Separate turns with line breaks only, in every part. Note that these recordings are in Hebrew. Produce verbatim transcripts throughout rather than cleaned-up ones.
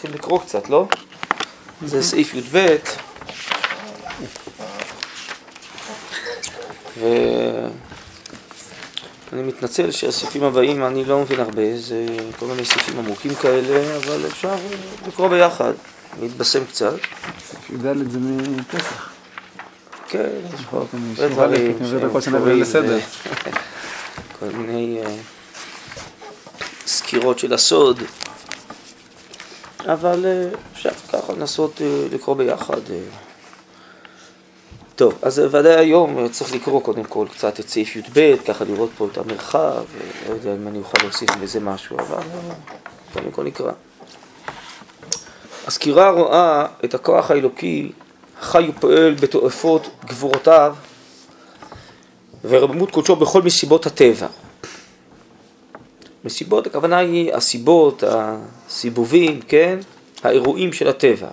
צריכים לקרוא קצת, לא? זה סעיף י"ב. ואני מתנצל שהסעיפים הבאים אני לא מבין הרבה, זה כל מיני סעיפים עמוקים כאלה, אבל אפשר לקרוא ביחד, להתבשם קצת.
י"ד זה מפסח.
כן,
יש פה דברים שקשורים לסדר.
כל מיני סקירות של הסוד, אבל אפשר ככה לנסות לקרוא ביחד. טוב, אז ודאי היום צריך לקרוא קודם כל קצת את סעיף י"ב, ככה לראות פה את המרחב, לא יודע אם אני אוכל להוסיף בזה משהו, אבל קודם כל נקרא. הסקירה רואה את הכוח האלוקי חי ופועל בתועפות גבורותיו ורוממות קודשו בכל מסיבות הטבע. מסיבות, הכוונה היא הסיבות, הסיבובים, כן? האירועים של הטבע.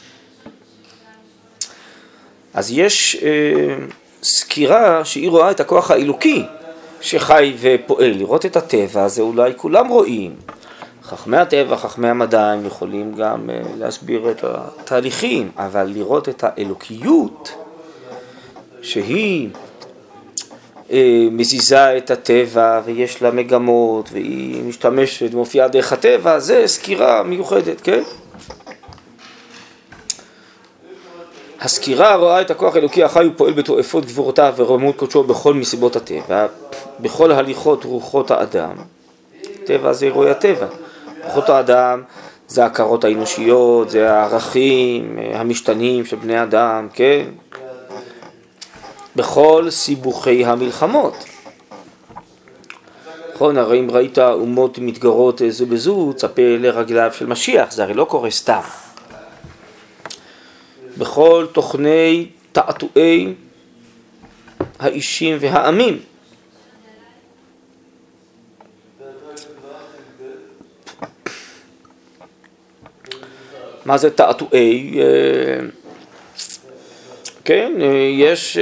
אז יש אה, סקירה שהיא רואה את הכוח האלוקי שחי ופועל. לראות את הטבע, זה אולי כולם רואים. חכמי הטבע, חכמי המדע, הם יכולים גם אה, להסביר את התהליכים, אבל לראות את האלוקיות שהיא אה, מזיזה את הטבע ויש לה מגמות והיא משתמשת ומופיעה דרך הטבע, זה סקירה מיוחדת, כן? הסקירה רואה את הכוח האלוקי החי ופועל בתועפות גבורותיו ורוממות קודשו בכל מסיבות הטבע, בכל הליכות רוחות האדם. טבע זה אירועי הטבע. רוחות האדם זה ההכרות האנושיות, זה הערכים המשתנים של בני אדם, כן? בכל סיבוכי המלחמות. נכון, הרי אם ראית אומות מתגרות זו בזו, צפה לרגליו של משיח, זה הרי לא קורה סתם. בכל תוכני תעתועי האישים והעמים. מה זה תעתועי? כן, יש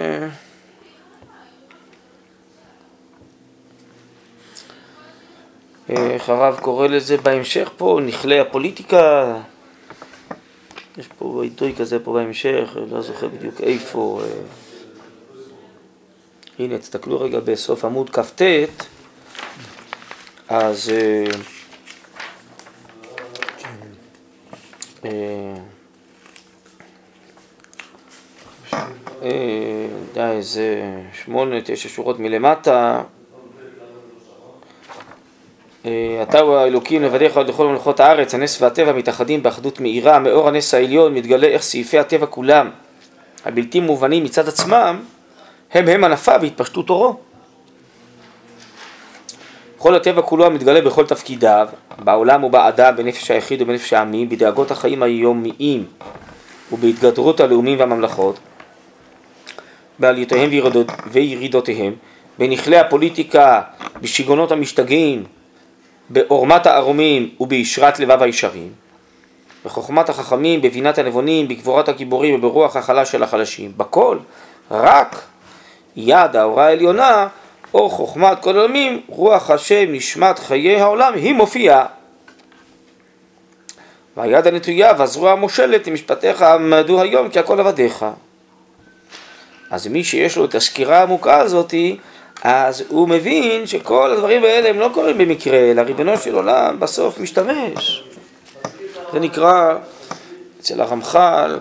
איך הרב קורא לזה בהמשך פה, נכלי הפוליטיקה. יש פה עיתוי כזה פה בהמשך, לא זוכר בדיוק איפה. הנה, תסתכלו רגע בסוף עמוד כ"ט, אז די, זה שמונה, תשע שורות מלמטה. אתה הוא האלוקים לבדיך עוד לכל מלכות הארץ, הנס והטבע מתאחדים באחדות מהירה, מאור הנס העליון מתגלה איך סעיפי הטבע כולם, הבלתי מובנים מצד עצמם, הם הם הנפה והתפשטות אורו. כל הטבע כולו המתגלה בכל תפקידיו, בעולם ובאדם, בנפש היחיד ובנפש העמים, בדאגות החיים היומיים ובהתגדרות הלאומים והממלכות, בעליותיהם וירידותיהם, בנכלי הפוליטיקה, בשיגונות המשתגעים, בעורמת הערומים ובישרת לבב הישרים, בחוכמת החכמים, בבינת הנבונים, בגבורת הגיבורים וברוח החלש של החלשים. בכל, רק יד ההוראה העליונה, או חוכמת כל העולמים, רוח השם נשמת חיי העולם, היא מופיעה. והיד הנטויה והזרוע המושלת למשפטיך עמדו היום כי הכל עבדיך. אז מי שיש לו את הסקירה העמוקה הזאת, אז הוא מבין שכל הדברים האלה הם לא קורים במקרה, אלא ריבונו של עולם בסוף משתמש. זה נקרא אצל הרמח"ל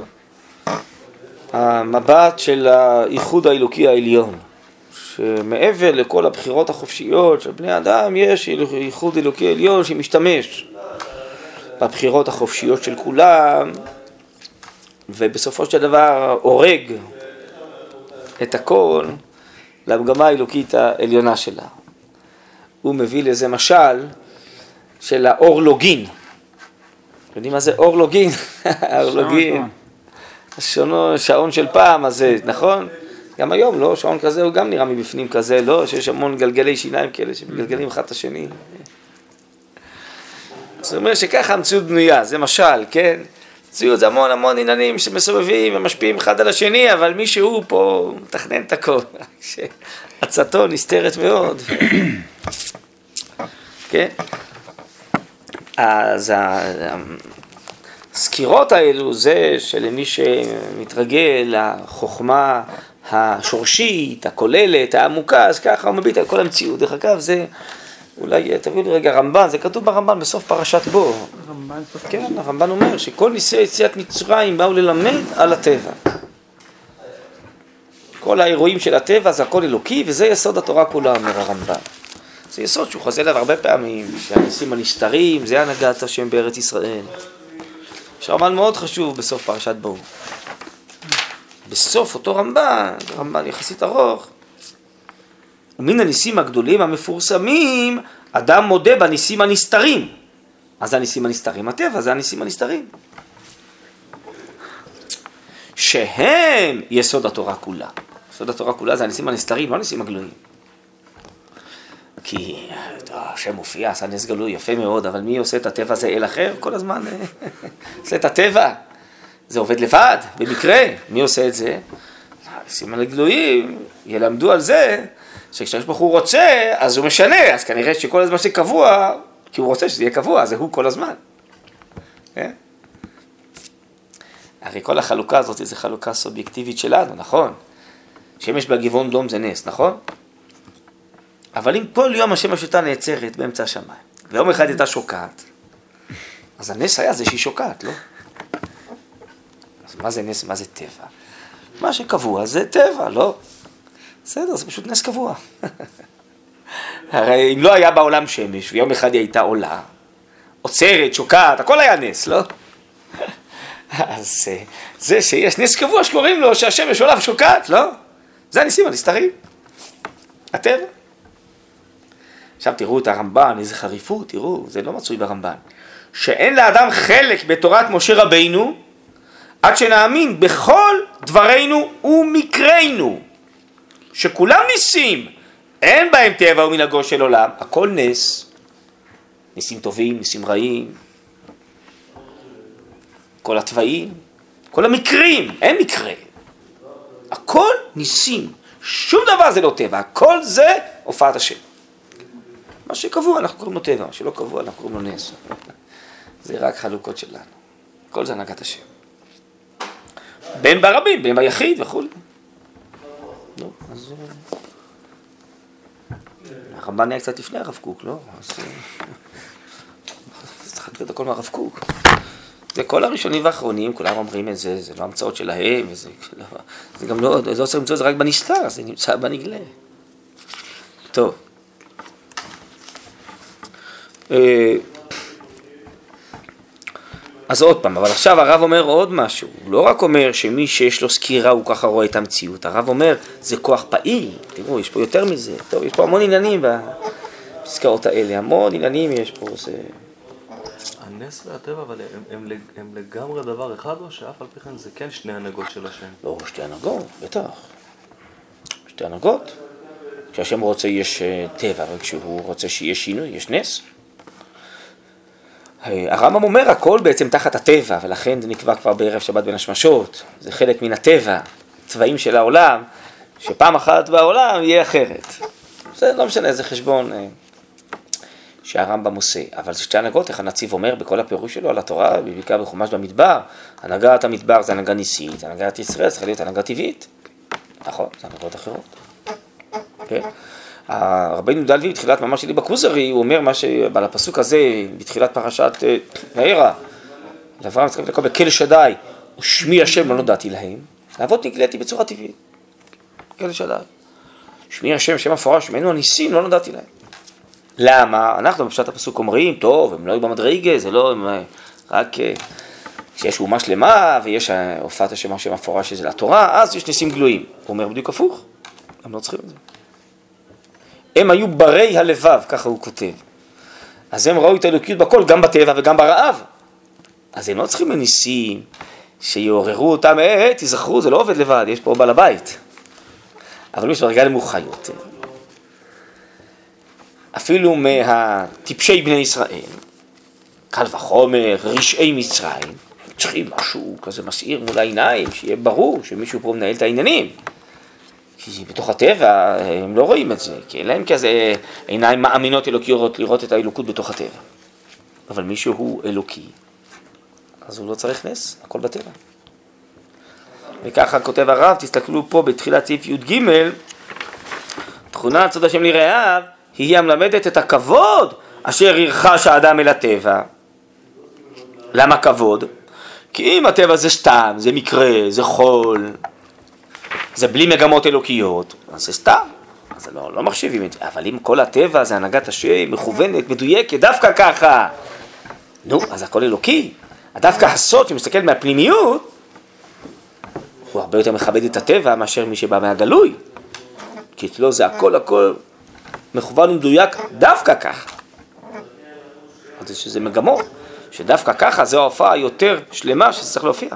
המבט של הייחוד האלוקי העליון, שמעבר לכל הבחירות החופשיות של בני אדם יש ייחוד אלוקי עליון שמשתמש בבחירות החופשיות של כולם, ובסופו של דבר הורג את הכל למגמה האלוקית העליונה שלה. הוא מביא לזה משל של האורלוגין. יודעים מה זה אורלוגין? האורלוגין. השעון, שעון של פעם הזה, נכון? גם היום, לא? שעון כזה הוא גם נראה מבפנים כזה, לא? שיש המון גלגלי שיניים כאלה שמגלגלים אחד את השני. זאת אומרת שככה המציאות בנויה, זה משל, כן? המציאות זה המון המון עניינים שמסובבים ומשפיעים אחד על השני, אבל מישהו פה מתכנן את הכל. עצתו נסתרת מאוד. כן? אז הסקירות האלו זה שלמי שמתרגל לחוכמה השורשית, הכוללת, העמוקה, אז ככה הוא מביט על כל המציאות. דרך אגב, זה, אולי תביאו לי רגע רמב"ן, זה כתוב ברמב"ן בסוף פרשת בו. כן, הרמב"ן אומר שכל ניסי יציאת מצרים באו ללמד על הטבע. כל האירועים של הטבע זה הכל אלוקי, וזה יסוד התורה כולה, אומר הרמב"ן. זה יסוד שהוא חוזר אליו הרבה פעמים, שהניסים הנסתרים, זה הנהגת השם בארץ ישראל. יש רמב"ן מאוד חשוב בסוף פרשת בו. בסוף אותו רמב"ן, רמב"ן יחסית ארוך, ומן הניסים הגדולים המפורסמים, אדם מודה בניסים הנסתרים. אז זה הניסים הנסתרים, הטבע זה הניסים הנסתרים. שהם יסוד התורה כולה. יסוד התורה כולה זה הניסים הנסתרים, לא הניסים הגלויים. כי השם מופיע, עשה נס גלוי, יפה מאוד, אבל מי עושה את הטבע הזה אל אחר? כל הזמן עושה את הטבע. זה עובד לבד, במקרה. מי עושה את זה? הניסים הגלויים ילמדו על זה, שכשהקדוש ברוך הוא רוצה, אז הוא משנה, אז כנראה שכל הזמן שקבוע, כי הוא רוצה שזה יהיה קבוע, זה הוא כל הזמן. כן? הרי כל החלוקה הזאת זה חלוקה סובייקטיבית שלנו, נכון? שמש בגבעון דום זה נס, נכון? אבל אם כל יום השמש הייתה נעצרת באמצע השמיים, ויום אחד הייתה שוקעת, אז הנס היה זה שהיא שוקעת, לא? אז מה זה נס, מה זה טבע? מה שקבוע זה טבע, לא? בסדר, זה פשוט נס קבוע. הרי אם לא היה בעולם שמש, ויום אחד היא הייתה עולה, עוצרת, שוקעת, הכל היה נס, לא? אז זה שיש נס קבוע שקוראים לו שהשמש עולה ושוקעת, לא? זה הניסים הנסתרים. הטבע. עכשיו תראו את הרמב"ן, איזה חריפות, תראו, זה לא מצוי ברמב"ן. שאין לאדם חלק בתורת משה רבינו, עד שנאמין בכל דברינו ומקרינו, שכולם ניסים, אין בהם טבע ומנהגו של עולם, הכל נס, ניסים טובים, ניסים רעים, כל הטבעים, כל המקרים, אין מקרה, הכל ניסים, שום דבר זה לא טבע, הכל זה הופעת השם. מה שקבוע אנחנו קוראים לו טבע, מה שלא קבוע אנחנו קוראים לו נס. זה רק חלוקות שלנו, כל זה הנהגת השם. בין ברבים, בין ביחיד וכו'. נו, אז... הרמב"ן היה קצת לפני הרב קוק, לא? אז... צריך לתת את הכל מהרב קוק. זה כל הראשונים והאחרונים, כולם אומרים את זה, זה לא המצאות שלהם, וזה... זה גם לא, זה לא צריך למצוא את זה רק בנסתר, זה נמצא בנגלה. טוב. אז עוד פעם, אבל עכשיו הרב אומר עוד משהו, הוא לא רק אומר שמי שיש לו סקירה הוא ככה רואה את המציאות, הרב אומר זה כוח פעיל, תראו יש פה יותר מזה, טוב יש פה המון עניינים בפסקאות האלה, המון עניינים יש פה, זה...
הנס והטבע, אבל הם, הם, הם לגמרי דבר אחד או שאף על פי כן זה כן שני הנהגות של השם?
לא, שתי הנהגות, בטח, שתי הנהגות, כשהשם רוצה יש טבע, וכשהוא רוצה שיש שינוי, יש נס. הרמב"ם אומר הכל בעצם תחת הטבע, ולכן זה נקבע כבר בערב שבת בין השמשות, זה חלק מן הטבע, צבעים של העולם, שפעם אחת בעולם יהיה אחרת. זה לא משנה, זה חשבון שהרמב"ם עושה, אבל זה שתי הנהגות, איך הנציב אומר בכל הפירוש שלו על התורה, בעיקר בחומש במדבר, הנהגת המדבר זה הנהגה ניסית, הנהגת ישראל צריכה להיות הנהגה טבעית, נכון, זה הנהגות אחרות. כן? הרבינו דלוי בתחילת ממש שלי בכוזרי, הוא אומר מה שבעל הפסוק הזה, בתחילת פרשת הערה, לאברהם צריך לקרוא בכל שדי, ושמי השם לא נודעתי להם, לעבוד נגליתי בצורה טבעית, כל שדי. שמי השם, שם הפורש, ממנו הניסים, לא נודעתי להם. למה? אנחנו בפשט הפסוק אומרים, טוב, הם לא היו במדרגה, זה לא, הם רק כשיש אומה שלמה, ויש הופעת השם, השם הפורש שזה לתורה, אז יש ניסים גלויים. הוא אומר בדיוק הפוך, הם לא צריכים את זה. הם היו ברי הלבב, ככה הוא כותב. אז הם ראו את האלוקיות בכל, גם בטבע וגם ברעב. אז הם לא צריכים לניסים שיעוררו אותם, אה, תזכרו, זה לא עובד לבד, יש פה בעל הבית. אבל מי שברגע למאוחר יותר. אפילו מהטיפשי בני ישראל, קל וחומר, רשעי מצרים, צריכים משהו כזה מסעיר מול העיניים, שיהיה ברור שמישהו פה מנהל את העניינים. כי בתוך הטבע הם לא רואים את זה, כי אין להם כזה עיניים מאמינות אלוקיות לראות את האלוקות בתוך הטבע. אבל מישהו הוא אלוקי, אז הוא לא צריך נס, הכל בטבע. וככה כותב הרב, תסתכלו פה בתחילת סעיף י"ג, תכונה צוד השם לרעיו, היא המלמדת את הכבוד אשר ירחש האדם אל הטבע. למה כבוד? כי אם הטבע זה סתם, זה מקרה, זה חול, זה בלי מגמות אלוקיות, אז זה סתם, אז לא, לא מחשיבים את זה. אבל אם כל הטבע זה הנהגת השם, מכוונת, מדויקת, דווקא ככה, נו, אז הכל אלוקי. דווקא הסוד שמסתכל מהפנימיות, הוא הרבה יותר מכבד את הטבע מאשר מי שבא מהגלוי. כי אצלו זה הכל הכל מכוון ומדויק דווקא ככה. אז שזה מגמות, שדווקא ככה זו ההופעה היותר שלמה שצריך להופיע.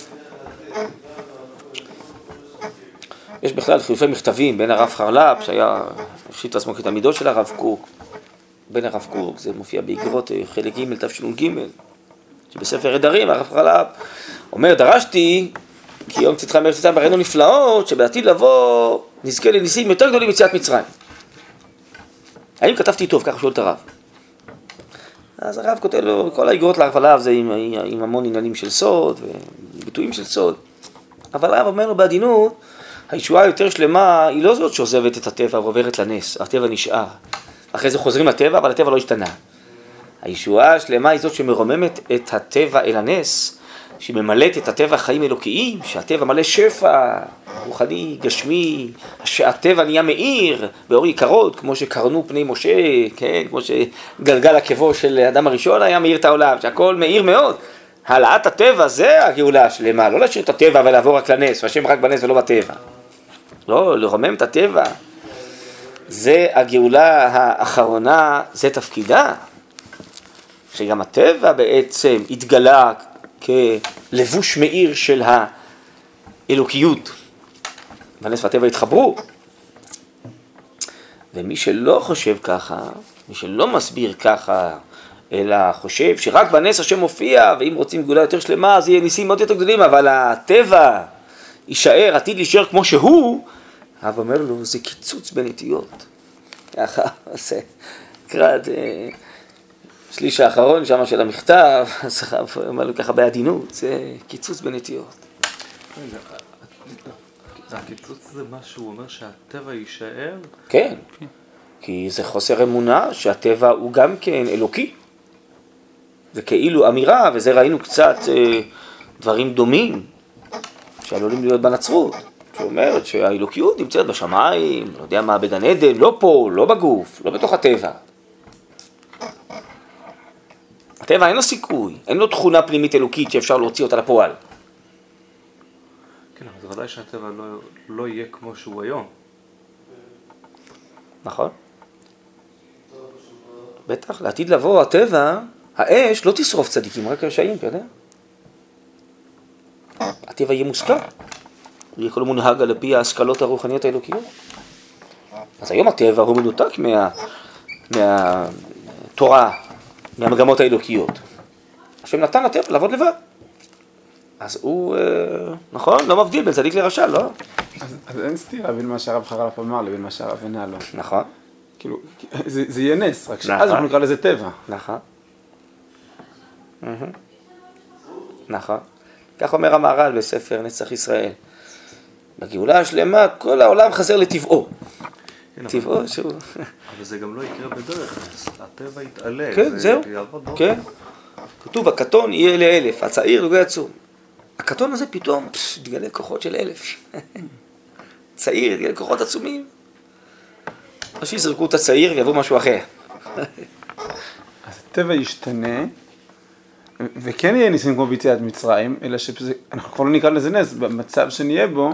יש בכלל חילופי מכתבים בין הרב חרל"פ, שהיה החשיב את עצמו כתלמידו של הרב קוק, בין הרב קוק, זה מופיע באגרות חלק ג' תשנ"ג, שבספר עדרים הרב חרל"פ אומר, דרשתי כי יום צאתך מארץ מצרים בראינו נפלאות, שבעתיד לבוא נזכה לניסים יותר גדולים מיציאת מצרים. האם כתבתי טוב? ככה שואל את הרב. אז הרב כותב לו, כל האגרות להרב עליו זה עם, עם המון עניינים של סוד וביטויים של סוד. אבל הרב אומר לו בעדינות, הישועה היותר שלמה היא לא זאת שעוזבת את הטבע ועוברת לנס, הטבע נשאר. אחרי זה חוזרים לטבע, אבל הטבע לא השתנה. הישועה השלמה היא זאת שמרוממת את הטבע אל הנס, שממלאת את הטבע חיים אלוקיים, שהטבע מלא שפע, רוחני, גשמי, שהטבע נהיה מאיר, באור יקרות, כמו שקרנו פני משה, כן, כמו שגלגל עקבו של האדם הראשון היה מאיר את העולם, שהכל מאיר מאוד. העלאת הטבע זה הגאולה השלמה, לא להשאיר את הטבע ולעבור רק לנס, והשם רק בנס ולא בטבע. לא, לרומם את הטבע. זה הגאולה האחרונה, זה תפקידה. שגם הטבע בעצם התגלה כלבוש מאיר של האלוקיות. והנס והטבע התחברו. ומי שלא חושב ככה, מי שלא מסביר ככה, אלא חושב שרק בנס השם מופיע, ואם רוצים גאולה יותר שלמה, אז יהיה ניסים מאוד יותר גדולים, אבל הטבע יישאר, עתיד להישאר כמו שהוא, הרב אומר לו, זה קיצוץ בנטיות. ככה, זה קרא את שליש האחרון שם של המכתב, אז הרב אומר לו ככה בעדינות, זה קיצוץ בנטיות.
הקיצוץ זה מה שהוא אומר שהטבע יישאר?
כן, כי זה חוסר אמונה שהטבע הוא גם כן אלוקי. זה כאילו אמירה, וזה ראינו קצת אה, דברים דומים שעלולים להיות בנצרות, שאומרת שהאלוקיות נמצאת בשמיים, לא יודע מה, בגן עדן, לא פה, לא בגוף, לא בתוך הטבע. הטבע אין לו סיכוי, אין לו תכונה פנימית אלוקית שאפשר להוציא אותה לפועל.
כן, אבל זה ודאי שהטבע לא, לא יהיה כמו שהוא היום.
נכון? בטח, לעתיד לבוא הטבע, האש לא תשרוף צדיקים, רק רשעים, אתה יודע? הטבע יהיה מושכל. הוא יהיה כל מונהג על פי ההשכלות הרוחניות האלוקיות. אז היום הטבע הוא מנותק מה, מהתורה, מהמגמות האלוקיות. השם נתן לטבע לעבוד לבד. אז הוא, נכון, לא מבדיל בין צדיק לרשע, לא?
אז, אז אין סתירה בין מה שהרב חרל"פ אמר לבין מה שהרב ענה לו.
נכון.
כאילו, זה, זה יהיה נס, רק שאז אנחנו נקרא לזה טבע.
נכון. נכון. כך אומר המהר"ל בספר נצח ישראל. בגאולה השלמה כל העולם חזר לטבעו. טבעו שהוא...
אבל זה גם לא יקרה בדרך נס, הטבע יתעלה.
כן, זהו. כן. כתוב, הקטון יהיה לאלף, הצעיר לא יעצום. הקטון הזה פתאום יתגלה כוחות של אלף. צעיר, יתגלה כוחות עצומים. או שיזרקו את הצעיר ויבוא משהו אחר.
אז הטבע ישתנה, וכן יהיה ניסים כמו ביציאת מצרים, אלא שאנחנו כבר לא נקרא לזה נס, במצב שנהיה בו,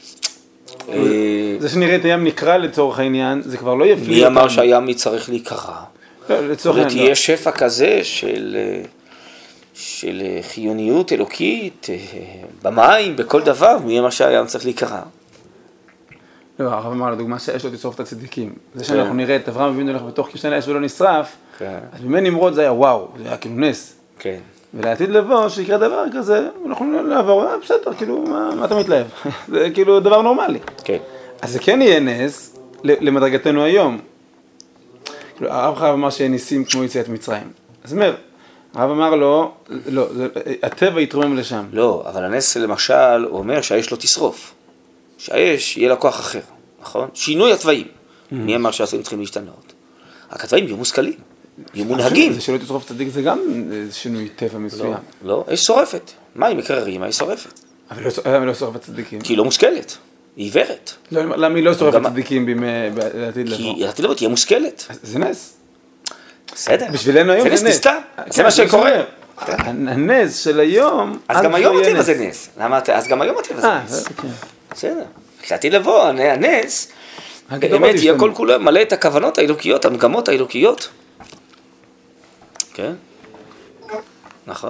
זה שנראה את הים נקרא לצורך העניין, זה כבר לא יפליא.
מי אמר שהים צריך להיקרא?
לא, לצורך העניין.
תהיה שפע כזה של... של חיוניות אלוקית, במים, בכל דבר, מי אמר שהים צריך להיקרא.
לא, הרב אמר לדוגמה שהאש לא תשרוף את הצדיקים. זה שאנחנו נראה את אברהם אבינו הולך בתוך כבשן האש ולא נשרף, אז במי נמרוד זה היה וואו, זה היה כאילו נס.
כן.
ולעתיד לבוא, שיקרה דבר כזה, אנחנו נעבור, בסדר, כאילו, מה אתה מתלהב? זה כאילו דבר נורמלי.
כן.
אז זה כן יהיה נס למדרגתנו היום. הרב חרל"פ אמר שיהיה ניסים כמו יציאת מצרים. אז אומר, הרב אמר לו, לא, הטבע יתרומם לשם.
לא, אבל הנס למשל, הוא אומר שהאש לא תשרוף. שהאש יהיה לה כוח אחר, נכון? שינוי התוואים. מי אמר שהצוואים צריכים להשתנות? רק התוואים יהיו מושכלים, יהיו מונהגים.
זה שלא תשרוף צדיק זה גם שינוי טבע מסוים.
לא, אש שורפת. מים מקררים, האש שורפת.
אבל למה היא לא שורפת צדיקים?
כי היא לא מושכלת, היא עיוורת.
למה היא לא שורפת צדיקים בעתיד לבוא?
כי העתיד לבוא תהיה מושכלת.
זה נס.
בסדר.
בשבילנו היום
זה נס נסתה, זה מה שקורה.
הנס של היום...
אז גם היום הטבע זה נס. למה? אז גם היום הטבע זה נס. בסדר. כשעתיד לבוא, הנס, באמת יהיה כל כולו מלא את הכוונות האלוקיות, המגמות האלוקיות. כן? נכון.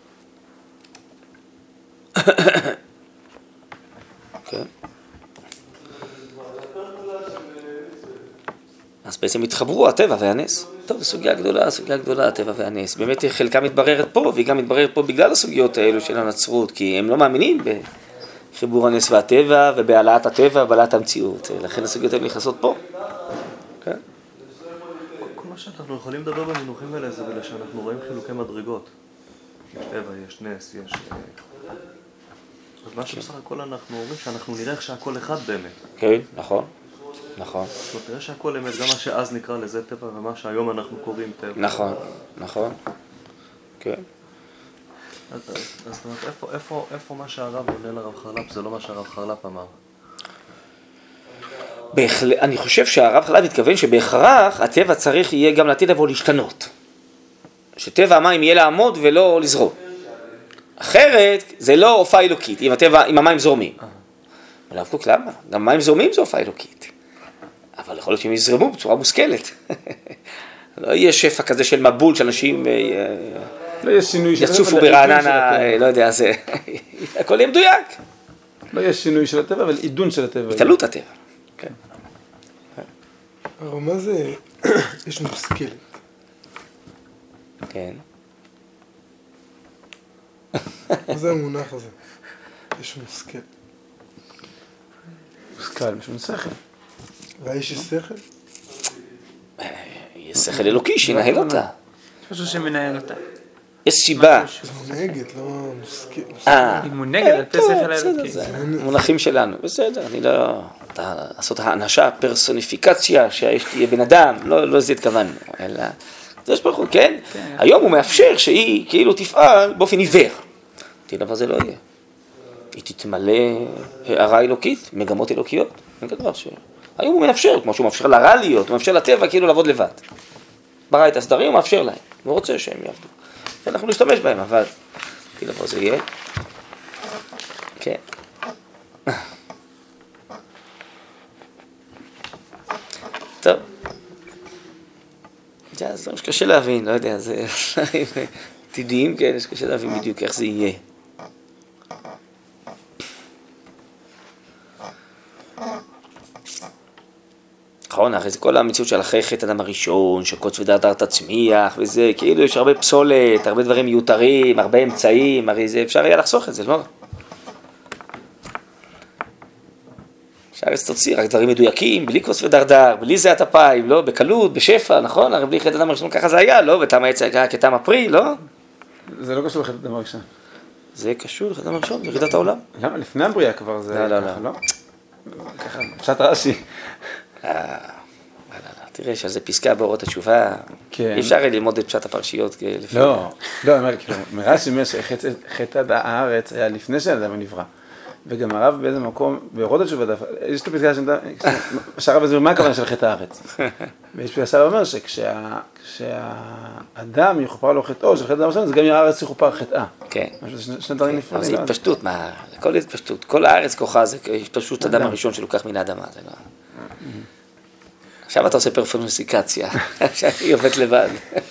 כן. אז בעצם התחברו הטבע והנס. טוב, זו סוגיה גדולה, סוגיה גדולה, הטבע והנס. באמת חלקה מתבררת פה, והיא גם מתבררת פה בגלל הסוגיות האלו של הנצרות, כי הם לא מאמינים בחיבור הנס והטבע, ובהעלאת הטבע, ובהעלאת המציאות. לכן הסוגיות האלו נכנסות פה. כן?
כל מה שאנחנו יכולים לדבר במינוחים האלה זה בגלל שאנחנו רואים חילוקי מדרגות. יש טבע, יש נס, יש... אז מה שבסך הכל אנחנו אומרים שאנחנו נראה איך שהכל אחד באמת.
כן, נכון. נכון.
זאת אומרת, תראה שהכל אמת, גם מה שאז נקרא לזה טבע ומה שהיום אנחנו קוראים טבע.
נכון, נכון. כן.
אז זאת אומרת, איפה, איפה, איפה מה שהרב עונה לרב חרל"פ, זה לא מה שהרב חרל"פ אמר.
בהחל... אני חושב שהרב חרל"פ מתכוון שבהכרח הטבע צריך יהיה גם לעתיד לבוא להשתנות. שטבע המים יהיה לעמוד ולא לזרום. אחרת זה לא הופעה אלוקית, אם, הטבע, אם המים זורמים. ולאו קוק למה? גם מים זורמים זה הופעה אלוקית. אבל יכול להיות שהם יזרמו בצורה מושכלת. לא יהיה שפע כזה של מבול, שאנשים יצופו ברעננה, לא יודע, זה... הכל יהיה מדויק.
לא יהיה שינוי של הטבע, אבל עידון של הטבע.
התעלות הטבע. כן.
אבל מה זה יש מושכלת?
כן.
מה זה המונח הזה? יש מושכלת.
מושכל, משהו שכל.
והאיש יש שכל?
יש שכל אלוקי שינהל אותה.
יש משהו שמנהל אותה.
יש סיבה.
זה מונהגת, לא מושכלת.
אה,
היא מונהגת על פי שכל האלוקי.
זה מונחים שלנו. בסדר, אני לא... לעשות האנשה, פרסוניפיקציה, שיש תהיה בן אדם, לא לזה התכוונו, אלא... זה יש ברוך, כן? היום הוא מאפשר שהיא כאילו תפעל באופן עיוור. תראה, אבל זה לא יהיה. היא תתמלא הערה אלוקית, מגמות אלוקיות. אין כדבר ש... היום הוא מאפשר, כמו שהוא מאפשר לרע להיות, הוא מאפשר לטבע כאילו לעבוד לבד. ברא את הסדרים, הוא מאפשר להם. הוא רוצה שהם יעבדו. ואנחנו נשתמש בהם, אבל... תראה, אבל זה יהיה. כן. טוב. זה דברים שקשה להבין, לא יודע, זה עתידיים כאלה שקשה להבין בדיוק איך זה יהיה. נכון, אחרי זה כל המציאות של אחרי חטא אדם הראשון, שקוץ ודרדר תצמיח וזה, כאילו יש הרבה פסולת, הרבה דברים מיותרים, הרבה אמצעים, הרי זה אפשר היה לחסוך את זה, לא? שהארץ תוציא, רק דברים מדויקים, בלי קוץ ודרדר, בלי זיעת אפיים, לא? בקלות, בשפע, נכון? הרי בלי חטא אדם הראשון ככה זה היה, לא? וטעם העץ היה כטעם הפרי, לא?
זה לא קשור לחטא אדם הראשון.
זה קשור לחטא אדם הראשון, ירידת העולם.
למה? לפני הבריאה כבר זה...
לא, לא,
לא. ככה, פשט רש"י.
תראה שזה פסקה באורות התשובה, אי אפשר ללמוד את פשט הפרשיות.
לא, לא, אומר, כאילו, מרש"י אומר שחטא הארץ היה לפני שהאדם נברא. וגם הרב באיזה מקום, באורות התשובה, יש את הפסקה שהרב הסביר מה הכוונה של חטא הארץ. ויש פסקה שאומר שכשהאדם יכופר לו חטאו של חטא האדם הראשון, זה גם הארץ יכופר חטאה.
כן.
שני דברים נפרדים.
זה התפשטות, מה? הכל התפשטות. כל הארץ כוחה זה התפשטות האדם הראשון שלוקח מן האדמה. עכשיו אתה עושה פרפורמסיקציה, שהיא עובדת לבד.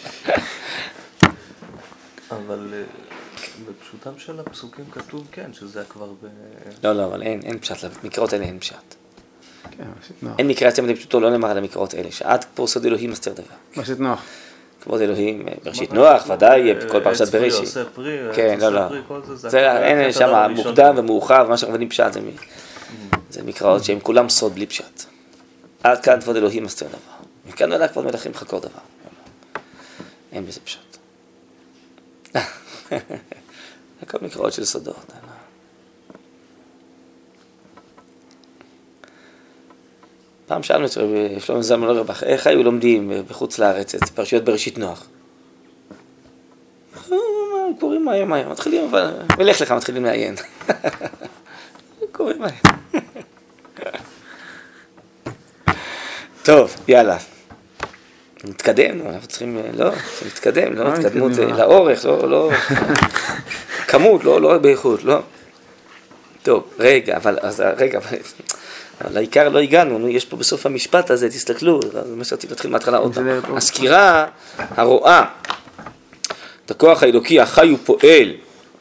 אבל בפשוטם של הפסוקים כתוב כן, שזה כבר ב...
לא, לא, אבל אין, אין פשט, במקראות האלה אין פשט.
כן, משית נוח.
אין מקרא יצא מדי פשוטו, לא נאמר על המקראות האלה, שעד פה סוד אלוהים מסתר דבר.
משית נוח.
כבוד אלוהים, בראשית נוח, ודאי, כל פרשת בראשית.
עושה פרי,
כן, לא, לא. זה אין שם מוקדם ומאוחר, ומה שאנחנו מבינים פשט, זה מקראות שהם כולם סוד בלי פשט. עד כאן כבוד אלוהים מסתר דבר. מכאן ועד כבוד מלכים חקור דבר. אין בזה פשט. הכל מקראות של סודות. פעם שאלנו את שלמה זלמן אוירבך, איך היו לומדים בחוץ לארץ את פרשיות בראשית נוח? קוראים מהר מהר, מתחילים, אבל... ולך לך מתחילים לעיין. קוראים מהר. טוב, יאללה. נתקדם, אנחנו צריכים, לא, נתקדם, לא, התקדמות לאורך, לא, לא, כמות, לא, לא רק באיכות, לא. טוב, רגע, אבל, אז, רגע, אבל, אבל העיקר לא הגענו, יש פה בסוף המשפט הזה, תסתכלו, זה מה שרציתי להתחיל מההתחלה עוד פעם. הסקירה הרואה את הכוח האלוקי החי ופועל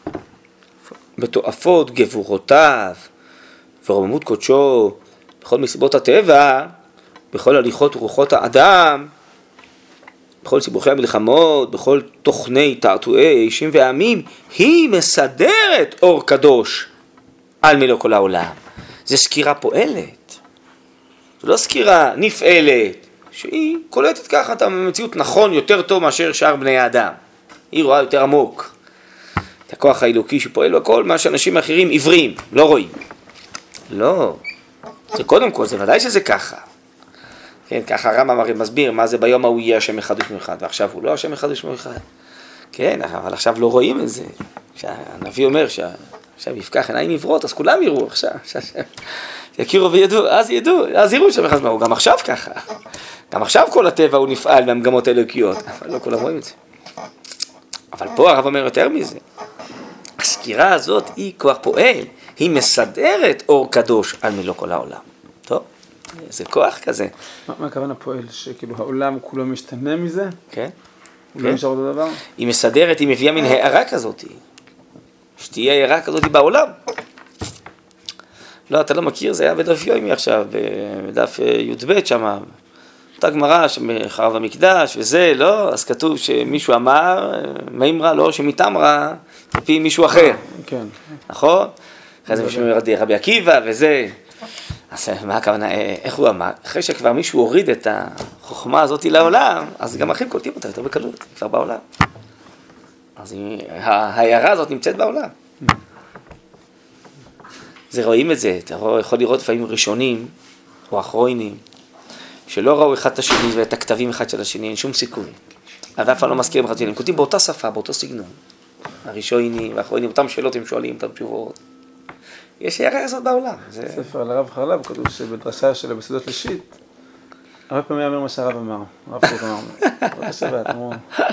בתועפות גבורותיו ורוממות קודשו בכל מסיבות הטבע, בכל הליכות רוחות האדם, בכל סיבוכי המלחמות, בכל תוכני תעתועי אישים ועמים, היא מסדרת אור קדוש על מלוא כל העולם. זה סקירה פועלת, זה לא סקירה נפעלת, שהיא קולטת ככה את המציאות נכון יותר טוב מאשר שאר בני האדם. היא רואה יותר עמוק את הכוח האלוקי שפועל בכל מה שאנשים אחרים עיוורים, לא רואים. לא, זה קודם כל, זה ודאי שזה ככה. כן, ככה הרמב"ם הרי מסביר מה זה ביום ההוא יהיה השם אחד ושמו אחד, ועכשיו הוא לא השם אחד ושמו אחד. כן, אבל עכשיו לא רואים את זה. שהנביא אומר שעכשיו יפקח עיניים עיוורות, אז כולם יראו עכשיו. יכירו וידעו, אז ידעו, אז יראו שם אחד שמו, גם עכשיו ככה. גם עכשיו כל הטבע הוא נפעל מהמגמות האלוקיות, אבל לא כולם רואים את זה. אבל פה הרב אומר יותר מזה. הסקירה הזאת היא כוח פועל, היא מסדרת אור קדוש על מלוא כל העולם. טוב, זה כוח כזה.
מה, מה הכוונה פועל? שכאילו העולם כולו משתנה מזה?
כן.
הוא לא נשאר אותו דבר?
היא מסדרת, היא מביאה מן הערה כזאת. שתהיה הערה כזאת בעולם. לא, אתה לא מכיר, זה היה בדף יומי עכשיו, בדף י"ב שם. אותה גמרא שחרב המקדש וזה, לא? אז כתוב שמישהו אמר, מימרה לא, שמתאמרה, לפי מישהו אחר.
כן.
נכון? אחרי זה מישהו אומר רבי עקיבא וזה. אז מה הכוונה, איך הוא אמר? אחרי שכבר מישהו הוריד את החוכמה הזאת לעולם, אז גם אחרים קולטים אותה יותר בקלות, כבר בעולם. אז ההערה הזאת נמצאת בעולם. זה רואים את זה, אתה יכול לראות לפעמים ראשונים או אחרונים, שלא ראו אחד את השני ואת הכתבים אחד של השני, אין שום סיכוי. אבל אף פעם לא מזכירים אחד שני, הם כותבים באותה שפה, באותו סגנון. הראשונים והאחרונים, אותם שאלות הם שואלים, אותם תשובות. יש הערה הזאת בעולם.
ספר על הרב חרל"פ כתוב שבדרשה של בסעודה שלישית, הרבה פעמים אומר מה שהרב אמר. הרב חרל"פ אמר, בבקשה ואת אמרו.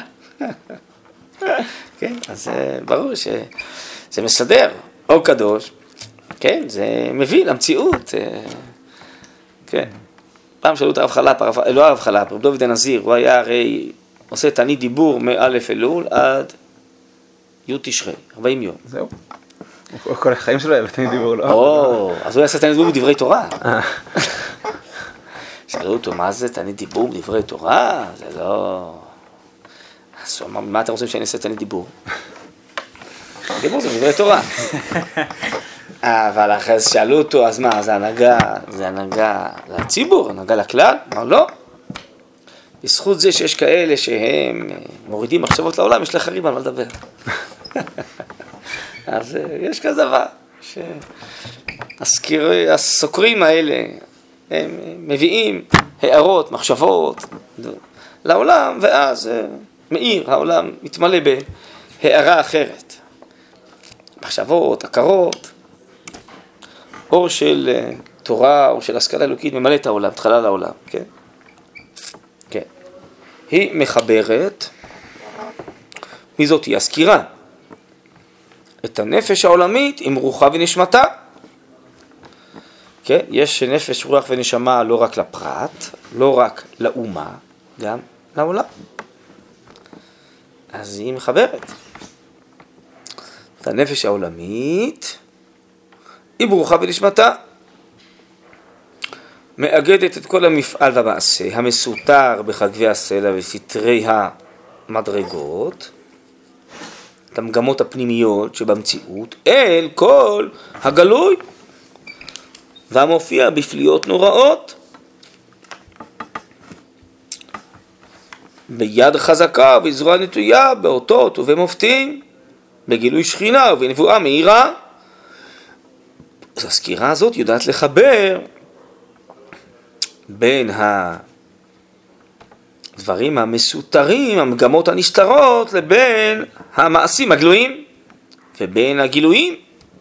כן, אז ברור שזה מסדר, אור קדוש, כן, זה מביא למציאות. כן. פעם שאלו את הרב חרל"פ, לא הרב חרל"פ, רב דוד הנזיר, הוא היה הרי עושה תענית דיבור מאלף אלול עד י' תשרי, ארבעים יום.
זהו. כל החיים שלו היה בתענית דיבור, לא?
או, אז הוא יעשה תענית דיבור בדברי תורה. שאלו אותו, מה זה תענית דיבור בדברי תורה? זה לא... אז הוא אמר, מה אתם רוצים שאני אעשה תענית דיבור? דיבור זה בדברי תורה. אבל אחרי זה שאלו אותו, אז מה, זה הנהגה, זה הנהגה לציבור, הנהגה לכלל? אמר, לא. בזכות זה שיש כאלה שהם מורידים מחשבות לעולם, יש לאחרים על מה לדבר. אז יש כזה דבר, שהסוקרים האלה, הם מביאים הערות, מחשבות לעולם, ואז מאיר, העולם מתמלא בהערה אחרת. מחשבות, הכרות, אור של תורה, אור של השכלה אלוקית, ממלא את העולם, תחלה לעולם, כן? כן. היא מחברת, מי זאת היא? הסקירה. את הנפש העולמית עם רוחה ונשמתה. כן? יש נפש, רוח ונשמה לא רק לפרט, לא רק לאומה, גם לעולם. אז היא מחברת. את הנפש העולמית עם רוחה ונשמתה. מאגדת את כל המפעל והמעשה, המסותר בחגבי הסלע וסתרי המדרגות, את המגמות הפנימיות שבמציאות, אל כל הגלוי והמופיע בפליות נוראות. ביד חזקה ובזרוע נטויה, באותות ובמופתים, בגילוי שכינה ובנבואה מהירה. אז הסקירה הזאת יודעת לחבר בין הדברים המסותרים, המגמות הנסתרות, לבין המעשים הגלויים ובין הגילויים.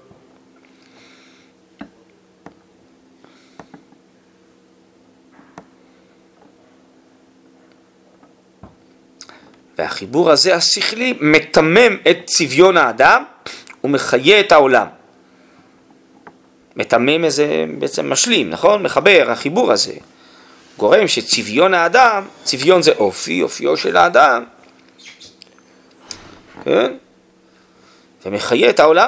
והחיבור הזה השכלי מתמם את צביון האדם ומחיה את העולם. מתמם איזה בעצם משלים, נכון? מחבר, החיבור הזה גורם שצביון האדם, צביון זה אופי, אופיו של האדם, כן? ומחיה את העולם.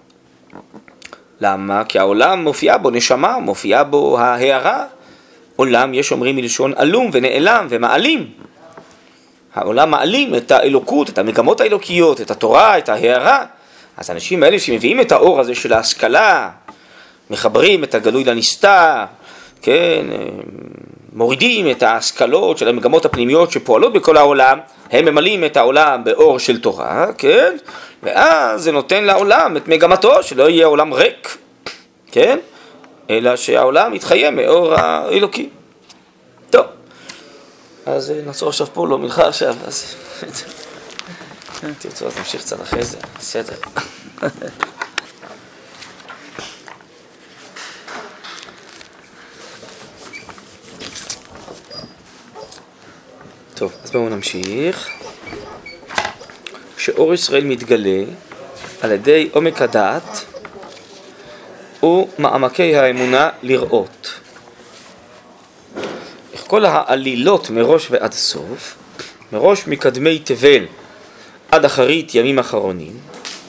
למה? כי העולם מופיעה בו נשמה, מופיעה בו ההערה. עולם יש אומרים מלשון עלום ונעלם ומעלים. העולם מעלים את האלוקות, את המגמות האלוקיות, את התורה, את ההערה. אז האנשים האלה שמביאים את האור הזה של ההשכלה, מחברים את הגלוי לנסתר, כן, מורידים את ההשכלות של המגמות הפנימיות שפועלות בכל העולם, הם ממלאים את העולם באור של תורה, כן, ואז זה נותן לעולם את מגמתו, שלא יהיה עולם ריק, כן, אלא שהעולם יתחיה מאור האלוקי. טוב. אז נעצור עכשיו פה, לא מלכה עכשיו, אז תרצו, אז נמשיך קצת אחרי זה, בסדר. טוב, אז בואו נמשיך. שאור ישראל מתגלה על ידי עומק הדעת ומעמקי האמונה לראות. כל העלילות מראש ועד סוף, מראש מקדמי תבל עד אחרית ימים אחרונים,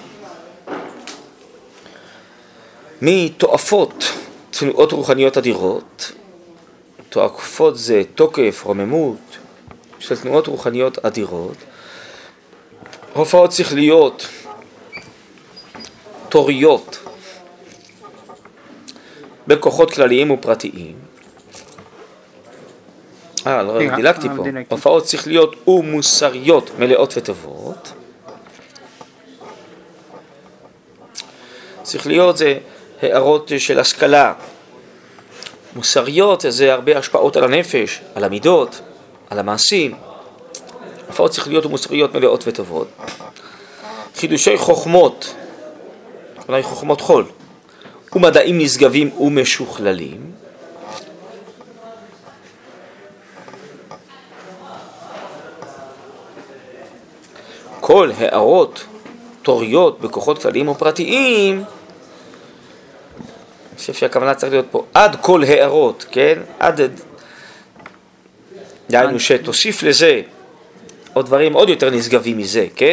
מתועפות תנועות רוחניות אדירות, תועפות זה תוקף, רוממות של תנועות רוחניות אדירות, הופעות שכליות, תוריות, בכוחות כלליים ופרטיים, אה, לא, דילגתי פה. הופעות שכליות ומוסריות מלאות וטובות. שכליות זה הערות של השכלה. מוסריות זה הרבה השפעות על הנפש, על המידות, על המעשים. הופעות שכליות ומוסריות מלאות וטובות. חידושי חוכמות, אולי חוכמות חול, ומדעים נשגבים ומשוכללים. כל הערות תוריות בכוחות כלליים ופרטיים, אני חושב שהכוונה צריך להיות פה עד כל הערות, כן? עד, דהיינו שתוסיף לזה עוד דברים עוד יותר נשגבים מזה, כן?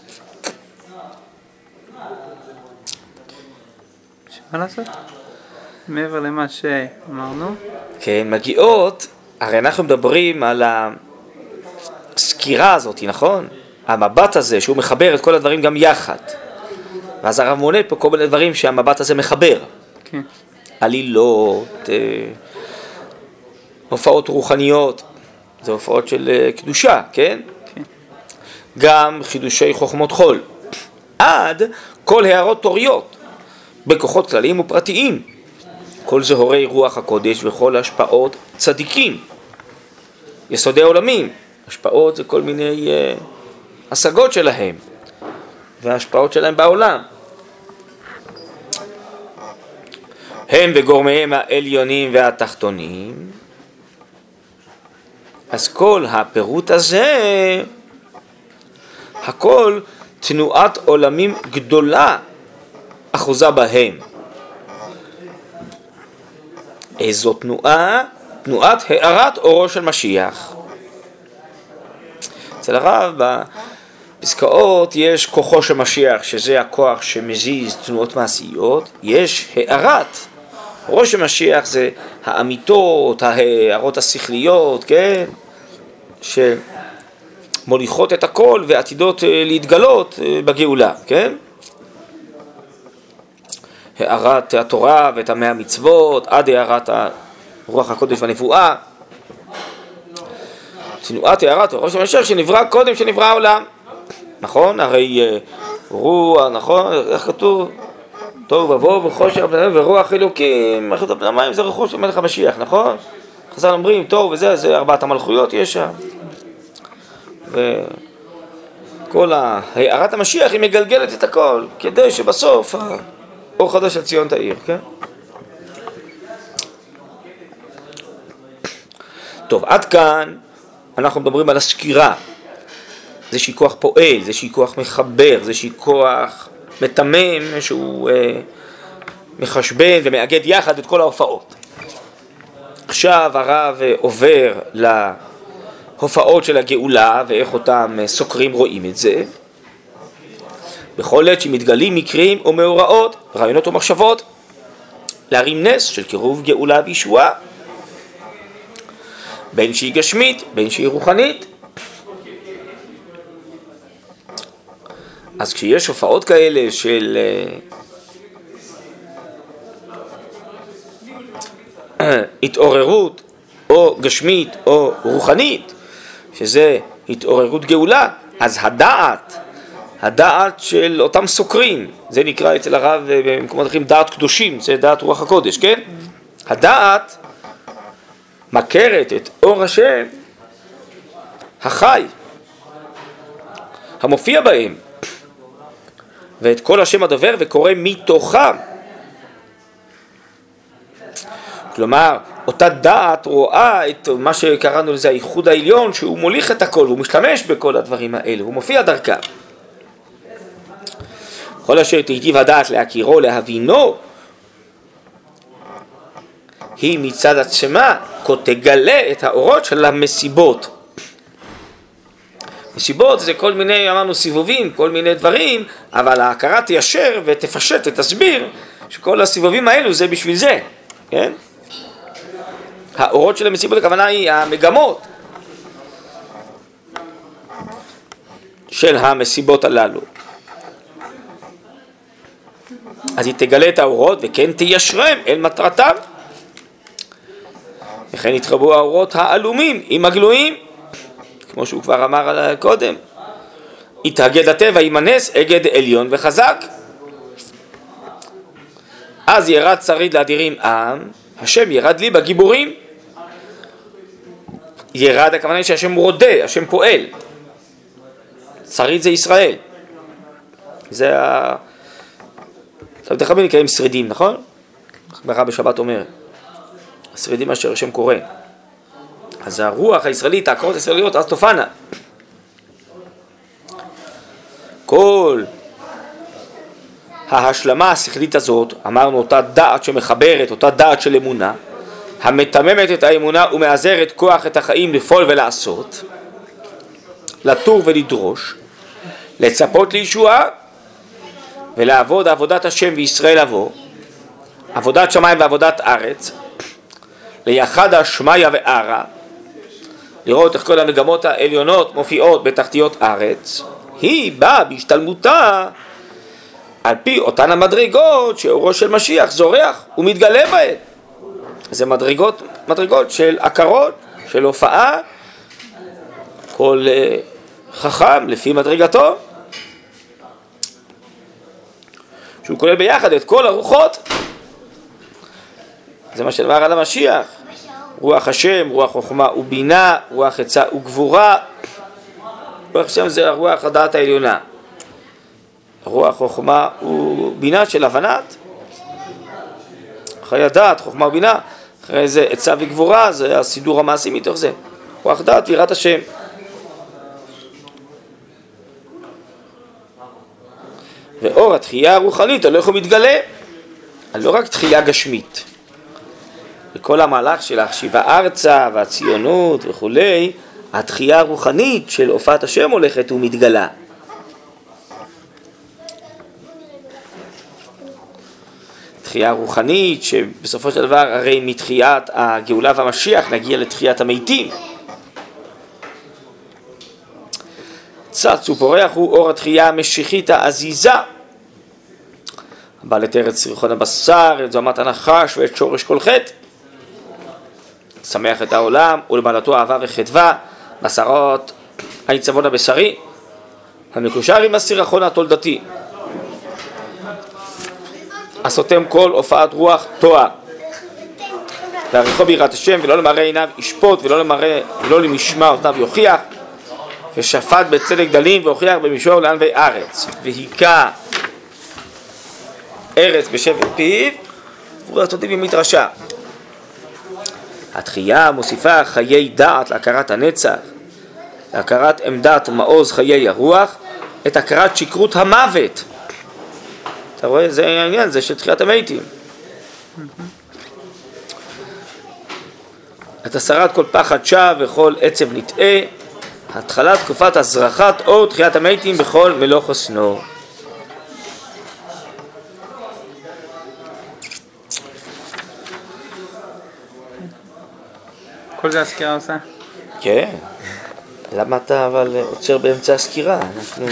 מה לעשות? מעבר למה שאמרנו?
כן, מגיעות, הרי אנחנו מדברים על הסקירה הזאת, נכון? המבט הזה שהוא מחבר את כל הדברים גם יחד. ואז הרב מונה פה כל מיני דברים שהמבט הזה מחבר.
כן.
עלילות, הופעות רוחניות, זה הופעות של קדושה, כן?
כן.
גם חידושי חוכמות חול. עד כל הערות תוריות, בכוחות כלליים ופרטיים. כל זהורי רוח הקודש וכל השפעות צדיקים. יסודי עולמים. השפעות זה כל מיני uh, השגות שלהם. וההשפעות שלהם בעולם. הם וגורמיהם העליונים והתחתונים. אז כל הפירוט הזה, הכל תנועת עולמים גדולה אחוזה בהם. איזו תנועה? תנועת הארת אורו של משיח. אצל הרב בפסקאות יש כוחו של משיח, שזה הכוח שמזיז תנועות מעשיות. יש הארת אורו של משיח, זה האמיתות, ההארות השכליות, כן? שמוליכות את הכל ועתידות להתגלות בגאולה, כן? הארת התורה ואת המאה מצוות, עד הארת רוח הקודש והנבואה. תנועת הערת אורו של משיח שנברא קודם שנברא העולם. נכון? הרי רוח, נכון? איך כתוב? טוב ובוא וחושך ורוח אלוקים, אחת הפנימיים זה רוחו של מלך המשיח, נכון? חז"ל אומרים, טוב וזה, זה ארבעת המלכויות יש שם. וכל הערת המשיח היא מגלגלת את הכל, כדי שבסוף האור חדש של ציון תאיר, כן? טוב, עד כאן אנחנו מדברים על הסקירה. זה שהיא כוח פועל, זה שהיא כוח מחבר, זה שהיא כוח מתמם, שהוא אה, מחשבן ומאגד יחד את כל ההופעות. עכשיו הרב עובר להופעות של הגאולה ואיך אותם סוקרים רואים את זה. בכל עת שמתגלים מקרים או מאורעות, רעיונות או מחשבות, להרים נס של קירוב גאולה וישועה, בין שהיא גשמית, בין שהיא רוחנית. אז כשיש הופעות כאלה של התעוררות או גשמית או רוחנית, שזה התעוררות גאולה, אז הדעת, הדעת של אותם סוקרים, זה נקרא אצל הרב במקומות אחרים דעת קדושים, זה דעת רוח הקודש, כן? הדעת מכרת את אור השם החי, המופיע בהם, ואת כל השם הדובר וקורא מתוכם. כלומר, אותה דעת רואה את מה שקראנו לזה הייחוד העליון, שהוא מוליך את הכל, הוא משתמש בכל הדברים האלה, הוא מופיע דרכם. כל אשר תיטיב הדעת להכירו, להבינו, היא מצד עצמה כה תגלה את האורות של המסיבות. מסיבות זה כל מיני, אמרנו, סיבובים, כל מיני דברים, אבל ההכרה תיישר ותפשט ותסביר שכל הסיבובים האלו זה בשביל זה, כן? האורות של המסיבות, הכוונה היא המגמות של המסיבות הללו. אז היא תגלה את האורות וכן תיישרם אל מטרתם. וכן יתחברו האורות העלומים עם הגלויים, כמו שהוא כבר אמר קודם. יתאגד הטבע עם הנס, אגד עליון וחזק. אז ירד שריד לאדירים עם, השם ירד לי בגיבורים. ירד, הכוונה היא שהשם רודה, השם פועל. שריד זה ישראל. זה ה... עכשיו תכף נקראים שרידים, נכון? ברא בשבת אומר, השרידים אשר השם קורא. אז הרוח הישראלית, ההכרות הישראליות, אז תופנה. כל ההשלמה השכלית הזאת, אמרנו אותה דעת שמחברת, אותה דעת של אמונה, המתממת את האמונה ומעזרת כוח את החיים לפעול ולעשות, לטור ולדרוש, לצפות לישועה, ולעבוד עבודת השם וישראל אבו, עבודת שמיים ועבודת ארץ, ליחד השמיה וערה, לראות איך כל המגמות העליונות מופיעות בתחתיות ארץ, היא באה בהשתלמותה על פי אותן המדרגות שאורו של משיח זורח ומתגלה בהן. זה מדרגות, מדרגות של הכרות, של הופעה, כל uh, חכם לפי מדרגתו, שהוא כולל ביחד את כל הרוחות. זה מה שנאמר על המשיח, רוח השם, רוח חוכמה ובינה, רוח עצה וגבורה. רוח השם זה הרוח הדעת העליונה, רוח חוכמה ובינה של הבנת, אחרי הדעת, חוכמה ובינה, אחרי זה עצה וגבורה, זה הסידור המעשי מתוך זה, רוח דעת ויראת השם. ואור התחייה הרוחנית הולך ומתגלה, לא רק תחייה גשמית, וכל המהלך של החשיבה ארצה והציונות וכולי, התחייה הרוחנית של הופעת השם הולכת ומתגלה. תחייה רוחנית שבסופו של דבר הרי מתחיית הגאולה והמשיח נגיע לתחיית המתים. צץ ופורח הוא אור התחייה המשיחית העזיזה, הבא לתרץ סירחון הבשר, את זוהמת הנחש ואת שורש כל חטא, שמח את העולם ולמעלתו אהבה וחדווה, בשרות העיצבון הבשרי, המקושר עם הסירחון התולדתי, הסותם כל הופעת רוח תועה, להעריכו ביראת השם ולא למראה עיניו ישפוט ולא למראה ולא למשמע אוזניו יוכיח, ושפט בצדק דלים והוכיח במישור לענבי ארץ, והיכה ארץ בשבט פיו ורצותי במדרשה. התחייה מוסיפה חיי דעת להכרת הנצח, להכרת עמדת מעוז חיי הרוח, את הכרת שקרות המוות. אתה רואה? זה העניין, זה של תחיית המתים. את הסרת כל פחד שווא וכל עצב נטעה, התחלת תקופת הזרחת אור תחיית המתים בכל מלוא חוסנו.
כל זה הסקירה עושה?
כן. למה אתה אבל עוצר באמצע הסקירה? אנחנו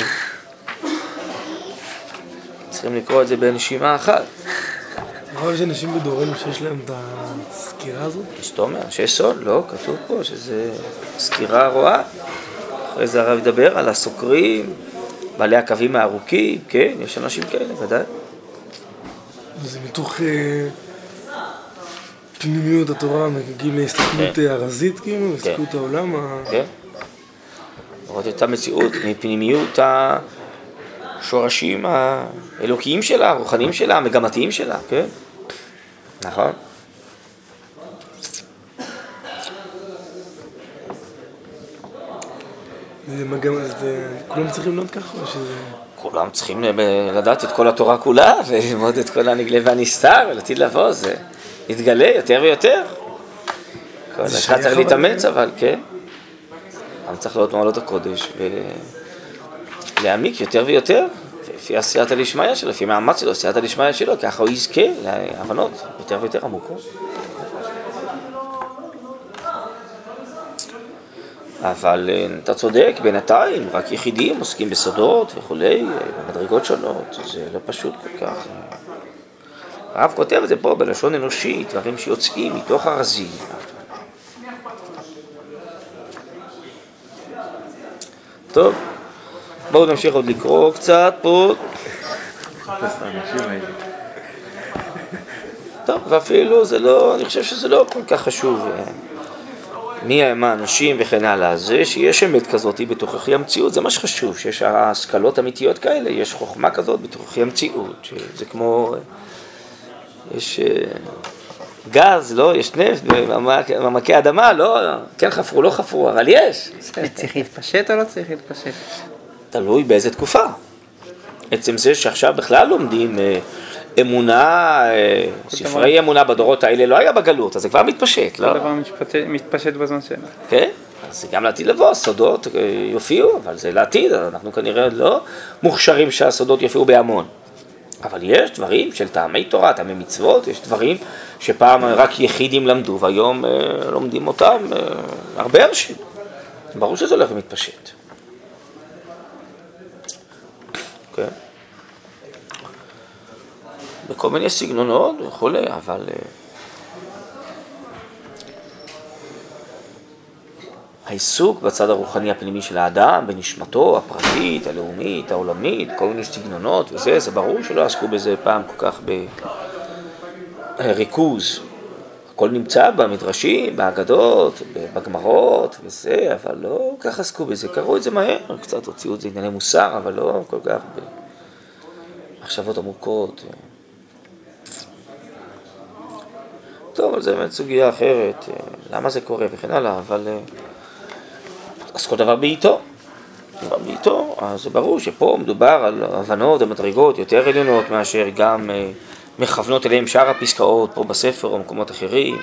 צריכים לקרוא את זה בנשימה אחת.
אבל יש אנשים בדורנו שיש להם את הסקירה הזאת?
זאת אומרת, שיש סוד? לא, כתוב פה שזה סקירה רואה. אחרי זה הרב ידבר על הסוקרים, בעלי הקווים הארוכים, כן, יש אנשים כאלה, ודאי.
זה מתוך אה, פנימיות התורה, מגיעים להסתכלות
כן.
הרזית, כאילו,
כן.
להסתכלות העולם. ה...
כן. לראות את המציאות מפנימיות השורשים האלוקיים שלה, הרוחניים שלה, המגמתיים שלה, כן? נכון.
זה מגמ... זה... כולם צריכים להיות ככה, או שזה...
כולם צריכים לדעת את כל התורה כולה, וללמוד את כל הנגלה והנסתר, ולעתיד לבוא, זה יתגלה יותר ויותר. כל אחד צריך להתאמץ, אבל כן. גם צריך לראות מעלות הקודש, ולהעמיק יותר ויותר, לפי עשייתא דשמיא שלו, לפי מאמץ שלו, עשייתא דשמיא שלו, ככה הוא יזכה להבנות יותר ויותר עמוקות. אבל אתה צודק, בינתיים רק יחידים עוסקים בסודות וכולי, במדרגות שונות, זה לא פשוט כל כך. הרב כותב את זה פה בלשון אנושית, דברים שיוצאים מתוך הרזים. טוב, בואו נמשיך עוד לקרוא קצת פה. טוב, ואפילו זה לא, אני חושב שזה לא כל כך חשוב. מי הם האנשים וכן הלאה, זה שיש אמת כזאת בתוככי המציאות, זה מה שחשוב, שיש השכלות אמיתיות כאלה, יש חוכמה כזאת בתוככי המציאות, שזה כמו, יש גז, לא, יש נפט במעמקי האדמה, לא, כן חפרו, לא חפרו, אבל יש.
צריך להתפשט או לא צריך להתפשט?
תלוי באיזה תקופה. עצם זה שעכשיו בכלל לומדים אמונה, ספרי אמונה בדורות האלה לא היה בגלות, אז זה כבר מתפשט, לא?
כל דבר מתפשט בזמן שלנו.
כן, אז זה גם לעתיד לבוא, הסודות יופיעו, אבל זה לעתיד, אנחנו כנראה לא מוכשרים שהסודות יופיעו בהמון. אבל יש דברים של טעמי תורה, טעמי מצוות, יש דברים שפעם רק יחידים למדו, והיום לומדים אותם הרבה אנשים. ברור שזה הולך ומתפשט. כן. בכל מיני סגנונות וכולי, אבל העיסוק בצד הרוחני הפנימי של האדם, בנשמתו, הפרטית, הלאומית, העולמית, כל מיני סגנונות וזה, זה ברור שלא עסקו בזה פעם כל כך בריכוז. הכל נמצא במדרשים, באגדות, בגמרות וזה, אבל לא כך עסקו בזה, קראו את זה מהר, קצת הוציאו את זה ענייני מוסר, אבל לא כל כך במחשבות עמוקות. טוב, אבל זה באמת סוגיה אחרת, למה זה קורה וכן הלאה, אבל אז כל דבר בעיתו, דבר בעיתו, אז זה ברור שפה מדובר על הבנות ומדרגות יותר עליונות מאשר גם מכוונות אליהם שאר הפסקאות פה בספר או מקומות אחרים.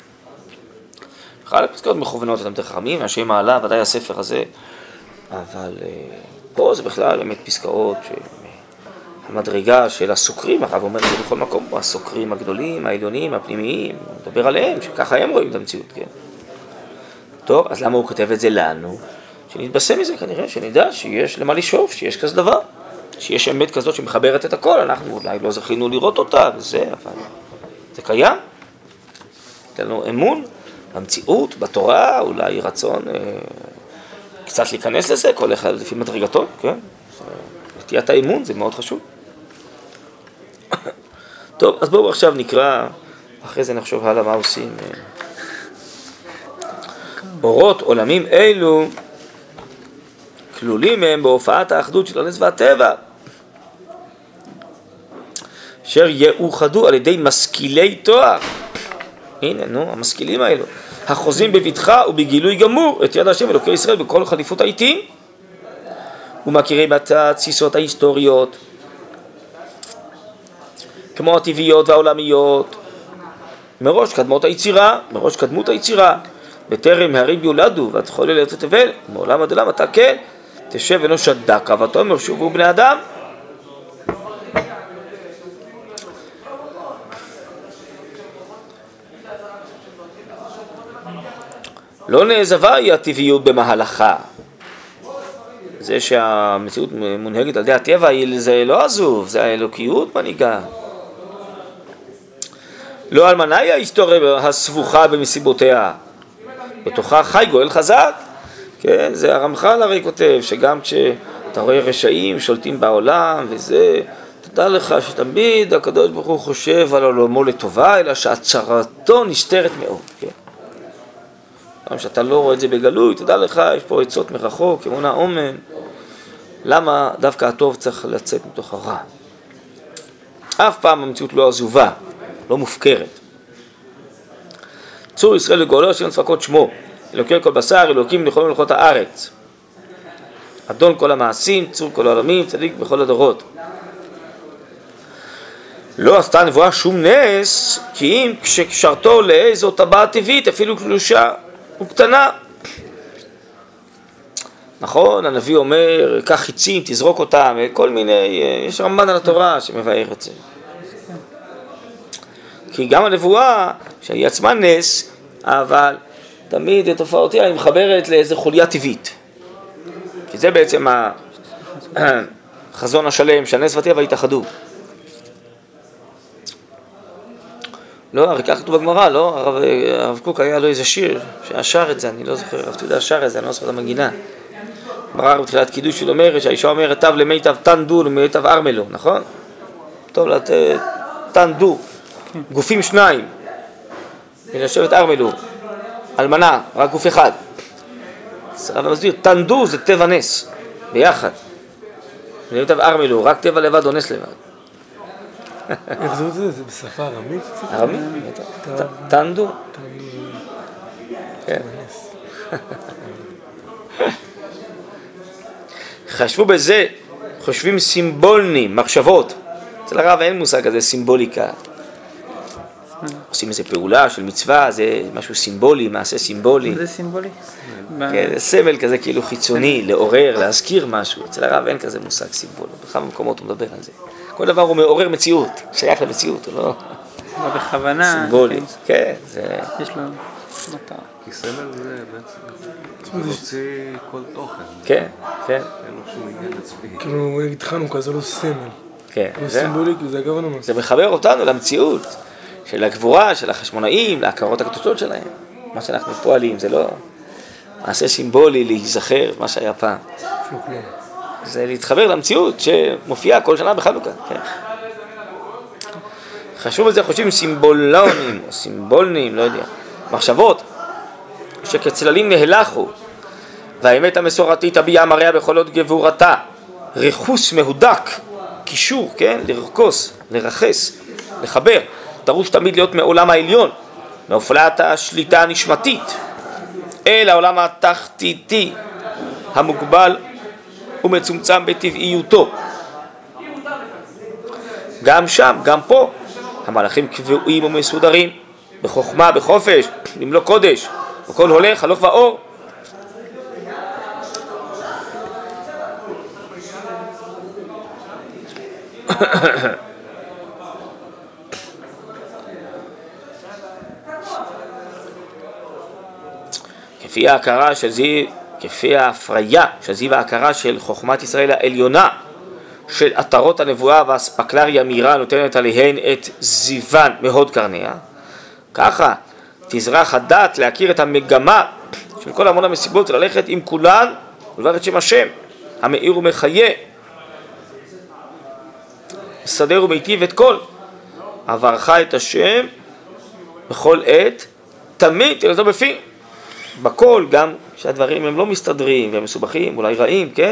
בכלל הפסקאות מכוונות אתם תחכמים, השם מעלה, ודאי הספר הזה, אבל פה זה בכלל באמת פסקאות המדרגה של הסוקרים, הרב אומר את זה בכל מקום, הסוקרים הגדולים, העליונים, הפנימיים, מדבר עליהם, שככה הם רואים את המציאות, כן. טוב, אז למה הוא כותב את זה לנו? שנתבשם מזה כנראה, שנדע שיש למה לשאוף, שיש כזה דבר, שיש אמת כזאת שמחברת את הכל, אנחנו אולי לא זכינו לראות אותה וזה, אבל זה קיים. יש לנו אמון במציאות, בתורה, אולי רצון אה, קצת להיכנס לזה, כל אחד לפי מדרגתו, כן? נטיית האמון זה מאוד חשוב. טוב, אז בואו עכשיו נקרא, אחרי זה נחשוב הלאה מה עושים. אורות עולמים אלו כלולים הם בהופעת האחדות של הנס והטבע, אשר יאוחדו על ידי משכילי תואר. הנה, נו, המשכילים האלו, החוזים בבטחה ובגילוי גמור את יד השם אלוקי ישראל בכל חליפות העיתים, ומכירים את התסיסות ההיסטוריות, כמו הטבעיות והעולמיות, מראש קדמות היצירה, מראש קדמות היצירה, בטרם הרים יולדו ותחולל ארץ תבל, מעולם עד עולם אתה כן, תשב אנוש דקה ותאמר שובו בני אדם. לא נעזבה היא הטבעיות במהלכה. זה שהמציאות מונהגת על ידי הטבע, זה לא עזוב, זה האלוקיות מנהיגה. לא אלמנה היא ההיסטוריה הסבוכה במסיבותיה, בתוכה חי גואל חזק. כן, זה הרמח"ל הרי כותב שגם כשאתה רואה רשעים שולטים בעולם וזה, תדע לך שתמיד הקדוש ברוך הוא חושב על עולמו לטובה, אלא שהצרתו נסתרת מאוד. כן. גם שאתה לא רואה את זה בגלוי, תדע לך, יש פה עצות מרחוק, אמון האומן. למה דווקא הטוב צריך לצאת מתוך הרע? אף פעם המציאות לא עזובה, לא מופקרת. צור ישראל לגאולו שאין צפקות שמו, אלוקי כל בשר, אלוקים לכל מלכות הארץ. אדון כל המעשים, צור כל העולמים, צדיק בכל הדורות. לא עשתה נבואה שום נס, כי אם כשקשרתו לאיזו טבעת טבעית, אפילו קלושה וקטנה. נכון, הנביא אומר, קח חיצים, תזרוק אותם, כל מיני, יש רמב"ן על התורה שמבאר את זה. כי גם הנבואה, שהיא עצמה נס, אבל תמיד את תופעותיה היא מחברת לאיזו חוליה טבעית. כי זה בעצם החזון השלם, שהנס והטבע יתאחדו. לא, הרי כך כתוב בגמרא, לא? הרב, הרב קוק היה לו איזה שיר שהשר את זה, אני לא זוכר, הרב תודה שר את זה, אני לא זוכר את המגינה. גמרא בתחילת קידוש של אומרת שהאישה אומרת תו למיטב תנדו ולמיטב ארמלו, נכון? טוב, תנדו, גופים שניים, ולשבת ארמלו, אלמנה, רק גוף אחד. אז הרב מסביר, תנדו זה טבע נס, ביחד. ולמיטב ארמלו, רק טבע לבד או נס לבד.
איך זה זה? זה בשפה ארמית?
ארמית? תנדו. כן. חשבו בזה, חושבים סימבולנים, מחשבות. אצל הרב אין מושג כזה סימבוליקה. עושים איזו פעולה של מצווה, זה משהו סימבולי, מעשה סימבולי.
זה סימבולי?
כן, זה סמל כזה כאילו חיצוני, לעורר, להזכיר משהו. אצל הרב אין כזה מושג סימבולי. בכמה מקומות הוא מדבר על זה. כל דבר הוא מעורר מציאות, שייך למציאות, הוא לא...
לא בכוונה.
סימבולי, כן, זה...
יש לו מטרה.
כי סמל זה בעצם להוציא כל תוכן.
כן, כן.
אין לו שום עניין עצמי.
כאילו, נגיד חנוכה זה לא סמל.
כן,
לא
זה...
סימבולי, זה הכוונה מה.
זה מחבר אותנו למציאות של הגבורה, של החשמונאים, להכרות הקדושות שלהם. מה שאנחנו פועלים, זה לא מעשה סימבולי להיזכר מה שהיה פעם. זה להתחבר למציאות שמופיעה כל שנה בחנוכה. כן. חשוב על זה, חושבים סימבולונים, או סימבולנים, לא יודע, מחשבות שכצללים נהלכו, והאמת המסורתית הביעה מראה בחולות גבורתה, רכוס מהודק, קישור, כן? לרכוס, לרחס, לחבר, דרוש תמיד להיות מעולם העליון, מאופלת השליטה הנשמתית, אל העולם התחתיתי, המוגבל ומצומצם בטבעיותו. גם שם, גם פה, המלאכים קבועים ומסודרים, בחוכמה, בחופש, במלוא קודש, וכל הולך, הלוך ואור. כפי ההכרה של זיו, כפי ההפריה של זיו ההכרה של חוכמת ישראל העליונה, של עטרות הנבואה והספקלריה מהירה נותנת עליהן את זיוון מהוד קרניה, ככה תזרח הדעת להכיר את המגמה של כל המון המסיבות וללכת עם כולן ולברך את שם השם, המאיר ומחיה, מסדר ומיטיב את כל. עברך את השם בכל עת, תמיד תלתו בפי. בכל, גם שהדברים הם לא מסתדרים והם מסובכים, אולי רעים, כן?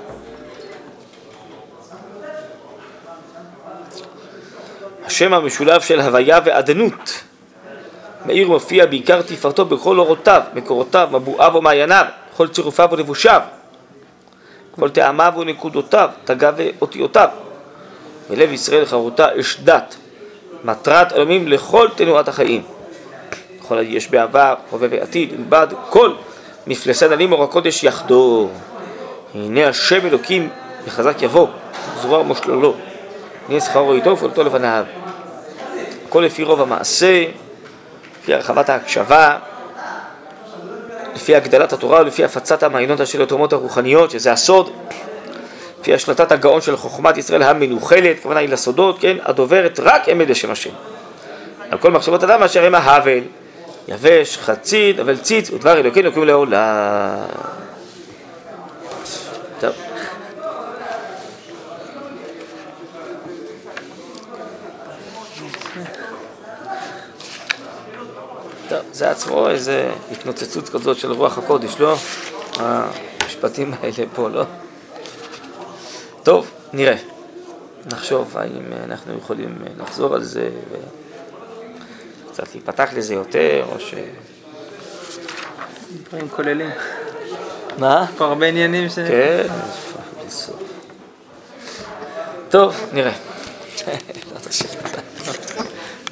השם המשולב של הוויה ועדנות, מאיר מופיע בעיקר תפארתו בכל אורותיו, מקורותיו, מבואיו ומעייניו, בכל צירופיו ולבושיו, כל טעמיו ונקודותיו, תגיו ואותיותיו. ולב ישראל חרותה אש דת, מטרת אלומים לכל תנועת החיים. כל היש בעבר, הווה ועתיד, ילבד כל מפלסי דלים אור הקודש יחדור. הנה השם אלוקים וחזק יבוא, זרוע מושללו. הנה שכרו איתו ופעולתו לפניו. הכל לפי רוב המעשה, לפי הרחבת ההקשבה, לפי הגדלת התורה ולפי הפצת המעיינות של התאומות הרוחניות, שזה הסוד, לפי השלטת הגאון של חוכמת ישראל המנוחלת, כוונה היא לסודות, כן, הדוברת רק אמת לשם השם. על כל מחשבות אדם אשר הם ההבל, יבש, חציד, אבל ציץ, ודבר אלוקינו אלוקים לעולם. טוב. טוב, זה עצמו איזה התנוצצות כזאת של רוח הקודש, לא? המשפטים האלה פה, לא? טוב, נראה. נחשוב האם אנחנו יכולים לחזור על זה וקצת להיפתח לזה יותר, או ש...
דברים כוללים.
מה?
פה הרבה עניינים ש...
כן. טוב, נראה.